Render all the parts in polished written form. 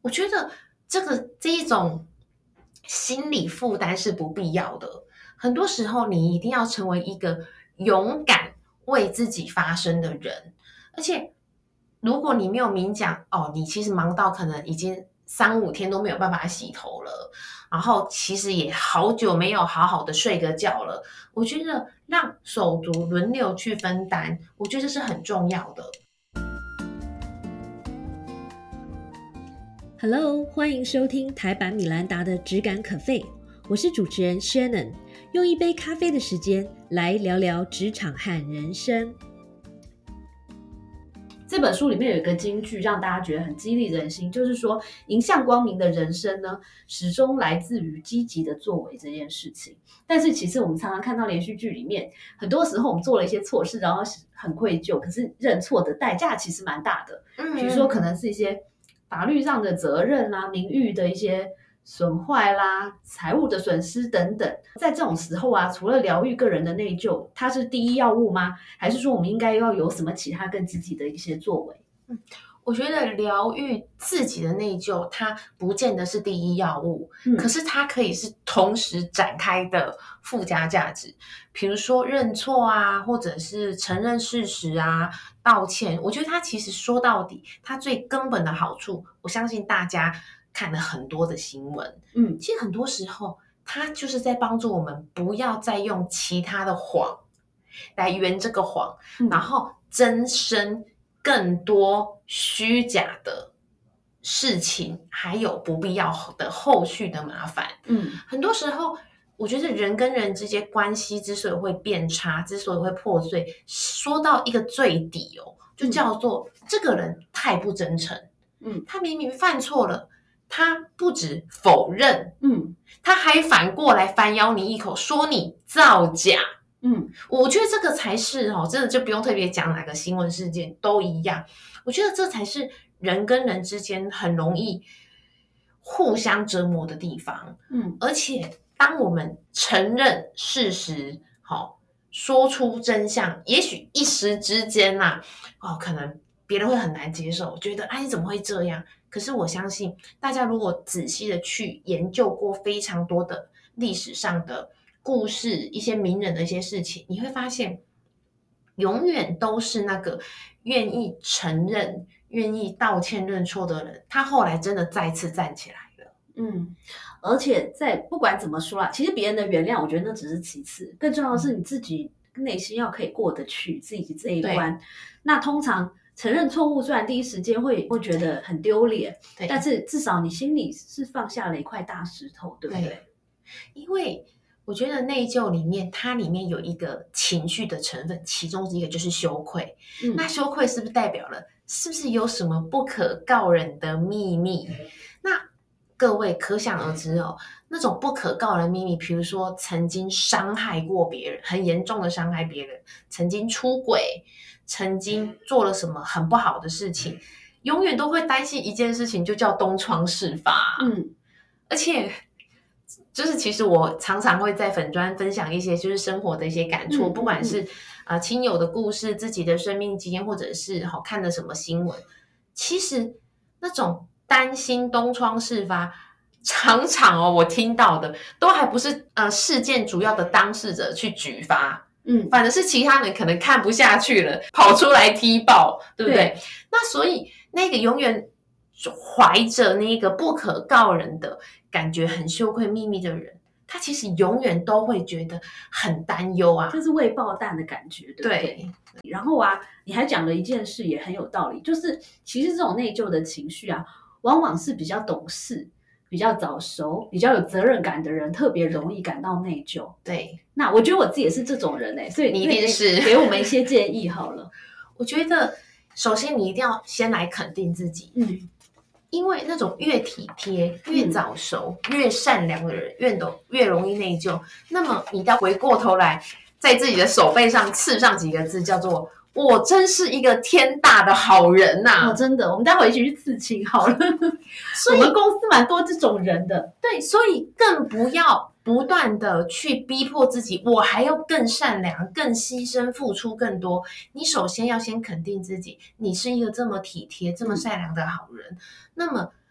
我觉得这一种心理负担是不必要的。很多时候，你一定要成为一个勇敢为自己发声的人。而且，如果你没有明讲你其实忙到可能已经3-5天都没有办法洗头了，然后其实也好久没有好好的睡个觉了。我觉得让手足轮流去分担，我觉得这是很重要的。 Hello， 欢迎收听台版米兰达的质感可废，我是主持人 Shannon， 用一杯咖啡的时间来聊聊职场和人生。这本书里面有一个金句，让大家觉得很激励人心，就是说迎向光明的人生呢，始终来自于积极的作为这件事情。但是其实我们常常看到连续剧里面，很多时候我们做了一些错事，然后很愧疚，可是认错的代价其实蛮大的。比如说可能是一些法律上的责任啦、名誉的一些损坏啦、财务的损失等等。在这种时候啊，除了疗愈个人的内疚，它是第一要务吗？还是说我们应该要有什么其他更积极的一些作为？ 我觉得疗愈自己的内疚，它不见得是第一要务，可是它可以是同时展开的附加价值。比如说认错啊，或者是承认事实啊，道歉。我觉得它其实说到底，它最根本的好处，我相信大家看了很多的新闻，其实很多时候它就是在帮助我们不要再用其他的谎来圆这个谎，然后增生更多虚假的事情，还有不必要的后续的麻烦。很多时候我觉得人跟人之间关系之所以会变差，之所以会破碎，说到一个最底就叫做这个人太不真诚。他明明犯错了，他不止否认，他还反过来反咬你一口，说你造假。我觉得这个才是真的就不用特别讲哪个新闻事件都一样。我觉得这才是人跟人之间很容易互相折磨的地方。而且当我们承认事实，说出真相，也许一时之间可能别人会很难接受，觉得你怎么会这样？可是我相信大家如果仔细的去研究过非常多的历史上的故事，一些名人的一些事情，你会发现永远都是那个愿意承认、愿意道歉认错的人，他后来真的再次站起来了。 而且在不管怎么说啦，其实别人的原谅我觉得那只是其次，更重要的是你自己内心要可以过得去自己这一关。那通常承认错误虽然第一时间会觉得很丢脸，但是至少你心里是放下了一块大石头，对不对？ 因为我觉得内疚里面，它里面有一个情绪的成分，其中一个就是羞愧。那羞愧是不是代表了是不是有什么不可告人的秘密？那各位可想而知那种不可告人的秘密，比如说曾经伤害过别人，很严重的伤害别人，曾经出轨，曾经做了什么很不好的事情，永远都会担心一件事情，就叫东窗事发。而且就是其实我常常会在粉专分享一些就是生活的一些感触，不管是亲友的故事，自己的生命经验，或者是看的什么新闻，其实那种担心东窗事发，常常我听到的都还不是事件主要的当事者去举发，反而是其他人可能看不下去了，跑出来踢爆，对不对？那所以那个永远怀着那个不可告人的感觉，很羞愧秘密的人，他其实永远都会觉得很担忧就是未爆弹的感觉，对不对？然后你还讲了一件事也很有道理，就是其实这种内疚的情绪往往是比较懂事、比较早熟、比较有责任感的人特别容易感到内疚。 对， 那我觉得我自己也是这种人所以你一定是给我们一些建议好了。 我觉得首先你一定要先来肯定自己，因为那种越体贴、越早熟、越善良的人，越容易内疚。那么你要回过头来，在自己的手背上刺上几个字，叫做“我真是一个天大的好人呐”。 真的，我们待会一起去刺青好了。所以我们公司蛮多这种人的。 对，所以更不要不断的去逼迫自己，我还要更善良、更牺牲、付出更多。你首先要先肯定自己，你是一个这么体贴、这么善良的好人。那么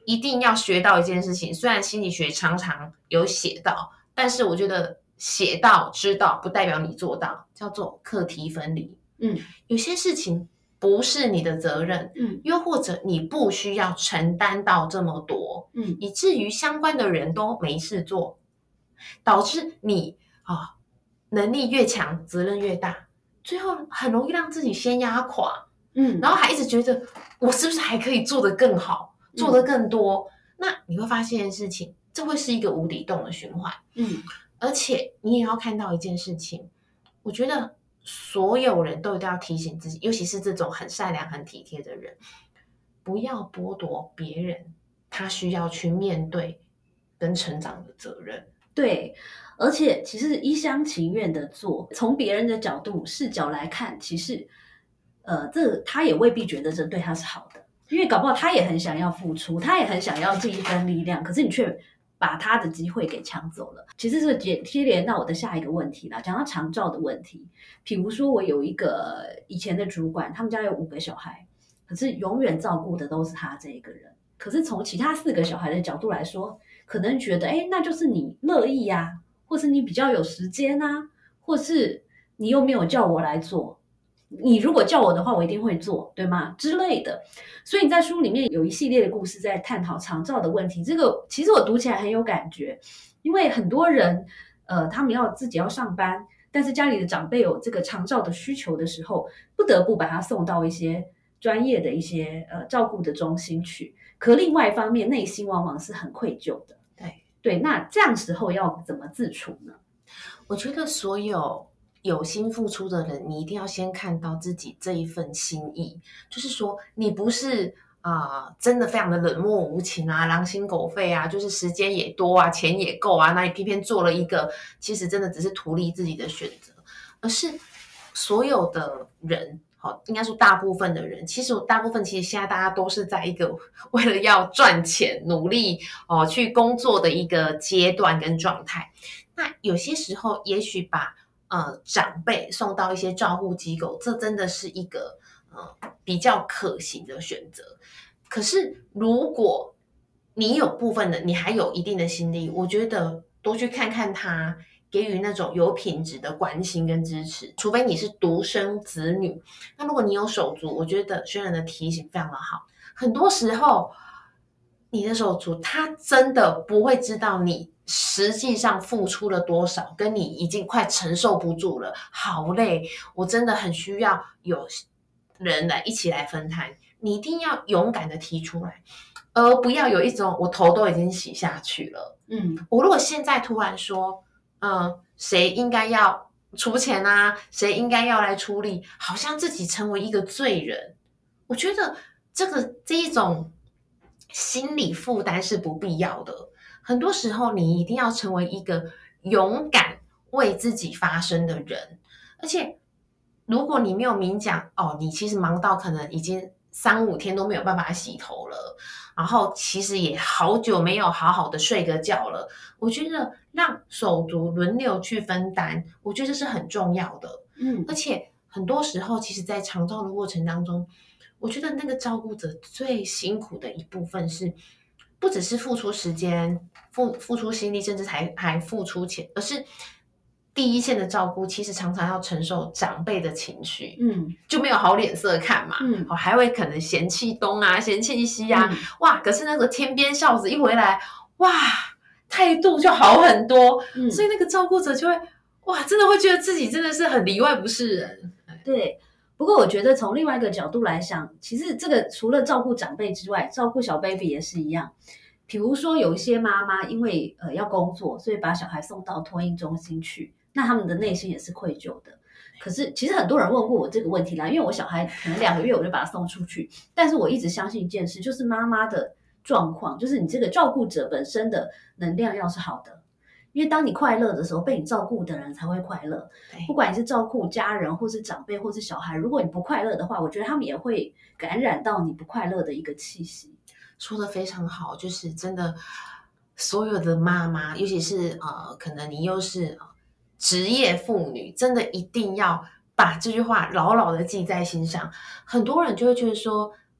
一定要学到一件事情，虽然心理学常常有写到，但是我觉得写到知道不代表你做到，叫做课题分离。有些事情不是你的责任，又或者你不需要承担到这么多，以至于相关的人都没事做，导致你能力越强，责任越大，最后很容易让自己先压垮，然后还一直觉得我是不是还可以做得更好，做得更多，那你会发现一件事情，这会是一个无底洞的循环，而且你也要看到一件事情，我觉得所有人都一定要提醒自己，尤其是这种很善良、很体贴的人，不要剥夺别人他需要去面对跟成长的责任。 对，而且其实一厢情愿的做，从别人的角度视角来看，其实他也未必觉得这对他是好的，因为搞不好他也很想要付出，他也很想要尽一份力量，可是你却把他的机会给抢走了。其实这接连到我的下一个问题啦，讲到长照的问题。比如说我有一个以前的主管，他们家有5个小孩，可是永远照顾的都是他这一个人。可是从其他4个小孩的角度来说，可能觉得那就是你乐意啊，或是你比较有时间啊，或是你又没有叫我来做，你如果叫我的话我一定会做，对吗之类的。所以你在书里面有一系列的故事在探讨长照的问题，这个其实我读起来很有感觉，因为很多人他们自己要上班，但是家里的长辈有这个长照的需求的时候，不得不把他送到一些专业的一些照顾的中心去，可另外一方面内心往往是很愧疚的。对，那这样时候要怎么自处呢？ 我觉得所有心付出的人，你一定要先看到自己这一份心意，就是说你不是真的非常的冷漠无情啊，狼心狗肺啊，就是时间也多啊，钱也够啊，那你偏偏做了一个其实真的只是图利自己的选择，而是所有的人，应该说大部分的人，其实现在大家都是在一个为了要赚钱努力去工作的一个阶段跟状态。那有些时候也许把长辈送到一些照护机构，这真的是一个比较可行的选择。可是如果你有部分的，你还有一定的心力，我觉得多去看看他，给予那种有品质的关心跟支持。除非你是独生子女，那如果你有手足，我觉得轩然的提醒非常的好。很多时候你的手足他真的不会知道你实际上付出了多少，跟你已经快承受不住了，好累，我真的很需要有人来一起来分摊。你一定要勇敢的提出来，而不要有一种我头都已经洗下去了。我如果现在突然说谁应该要出钱啊，谁应该要来出力，好像自己成为一个罪人。我觉得这一种心理负担是不必要的。很多时候你一定要成为一个勇敢为自己发声的人，而且如果你没有明讲你其实忙到可能已经3-5天都没有办法洗头了，然后其实也好久没有好好的睡个觉了，我觉得让手足轮流去分担，我觉得这是很重要的。而且很多时候其实在长照的过程当中，我觉得那个照顾者最辛苦的一部分是不只是付出时间付出心力，甚至还付出钱，而是第一线的照顾其实常常要承受长辈的情绪，就没有好脸色看嘛，还会可能嫌弃东啊嫌弃西啊，哇，可是那个天边孝子一回来，哇，态度就好很多，所以那个照顾者就会哇，真的会觉得自己真的是很里外不是人。 对，不过我觉得从另外一个角度来想，其实这个除了照顾长辈之外，照顾小 baby 也是一样。比如说有一些妈妈因为要工作，所以把小孩送到托婴中心去，那他们的内心也是愧疚的。可是其实很多人问过我这个问题啦，因为我小孩可能2个月我就把他送出去，但是我一直相信一件事，就是妈妈的状况，就是你这个照顾者本身的能量要是好的。因为当你快乐的时候，被你照顾的人才会快乐。不管你是照顾家人，或是长辈，或是小孩，如果你不快乐的话，我觉得他们也会感染到你不快乐的一个气息。 说得非常好，就是真的，所有的妈妈，尤其是可能你又是职业妇女，真的一定要把这句话牢牢的记在心上。很多人就会觉得说，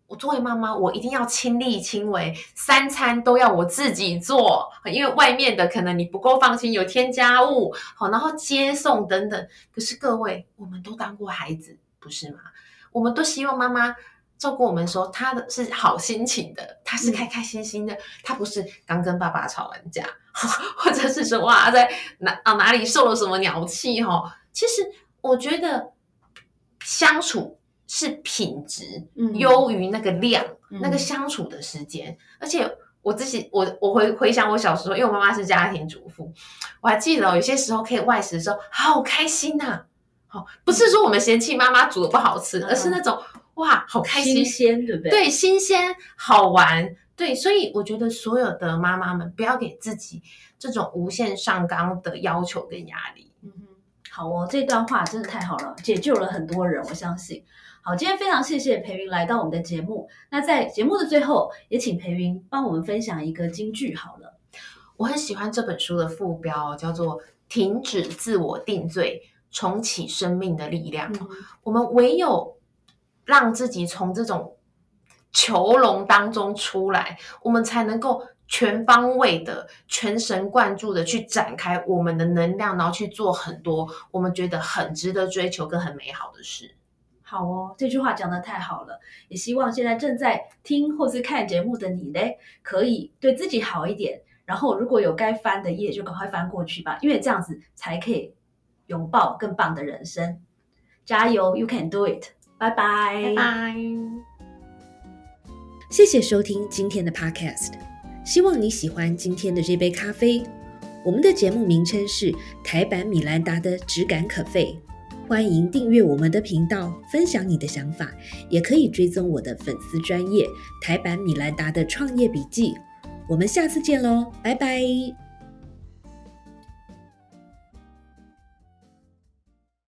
我作为妈妈，我一定要亲力亲为，3餐都要我自己做，因为外面的可能你不够放心，有添加物，然后接送等等。可是各位，我们都当过孩子，不是吗？我们都希望妈妈照顾我们的时候，她的是好心情的，她是开开心心的，她不是刚跟爸爸吵完架，或者是说哇在哪里受了什么鸟气哈。其实我觉得相处是品质优于那个量，那个相处的时间。而且我回想我小时候，因为我妈妈是家庭主妇，我还记得有些时候可以外食的时候，好开心呐！不是说我们嫌弃妈妈煮的不好吃，而是那种哇，好开心， 新鲜，对不对？ 对，新鲜好玩，对，所以我觉得所有的妈妈们不要给自己这种无限上纲的要求跟压力。 好哦，这段话真的太好了，解救了很多人，我相信。好，今天非常谢谢培云来到我们的节目。那在节目的最后，也请培云帮我们分享一个金句好了。 我很喜欢这本书的副标，叫做“停止自我定罪，重启生命的力量”。我们唯有让自己从这种囚笼当中出来，我们才能够全方位的、全神贯注的去展开我们的能量，然后去做很多我们觉得很值得追求跟很美好的事。 好哦，这句话讲得太好了，也希望现在正在听或是看节目的你呢，可以对自己好一点，然后如果有该翻的页就赶快翻过去吧，因为这样子才可以拥抱更棒的人生。加油 ，You can do it！ 拜拜， 拜拜。 谢谢收听今天的 Podcast， 希望你喜欢今天的这杯咖啡。我们的节目名称是台版米兰达的质感可废。欢迎订阅我们的频道，分享你的想法，也可以追踪我的粉丝专页台版米兰达的创业笔记。我们下次见咯，拜拜。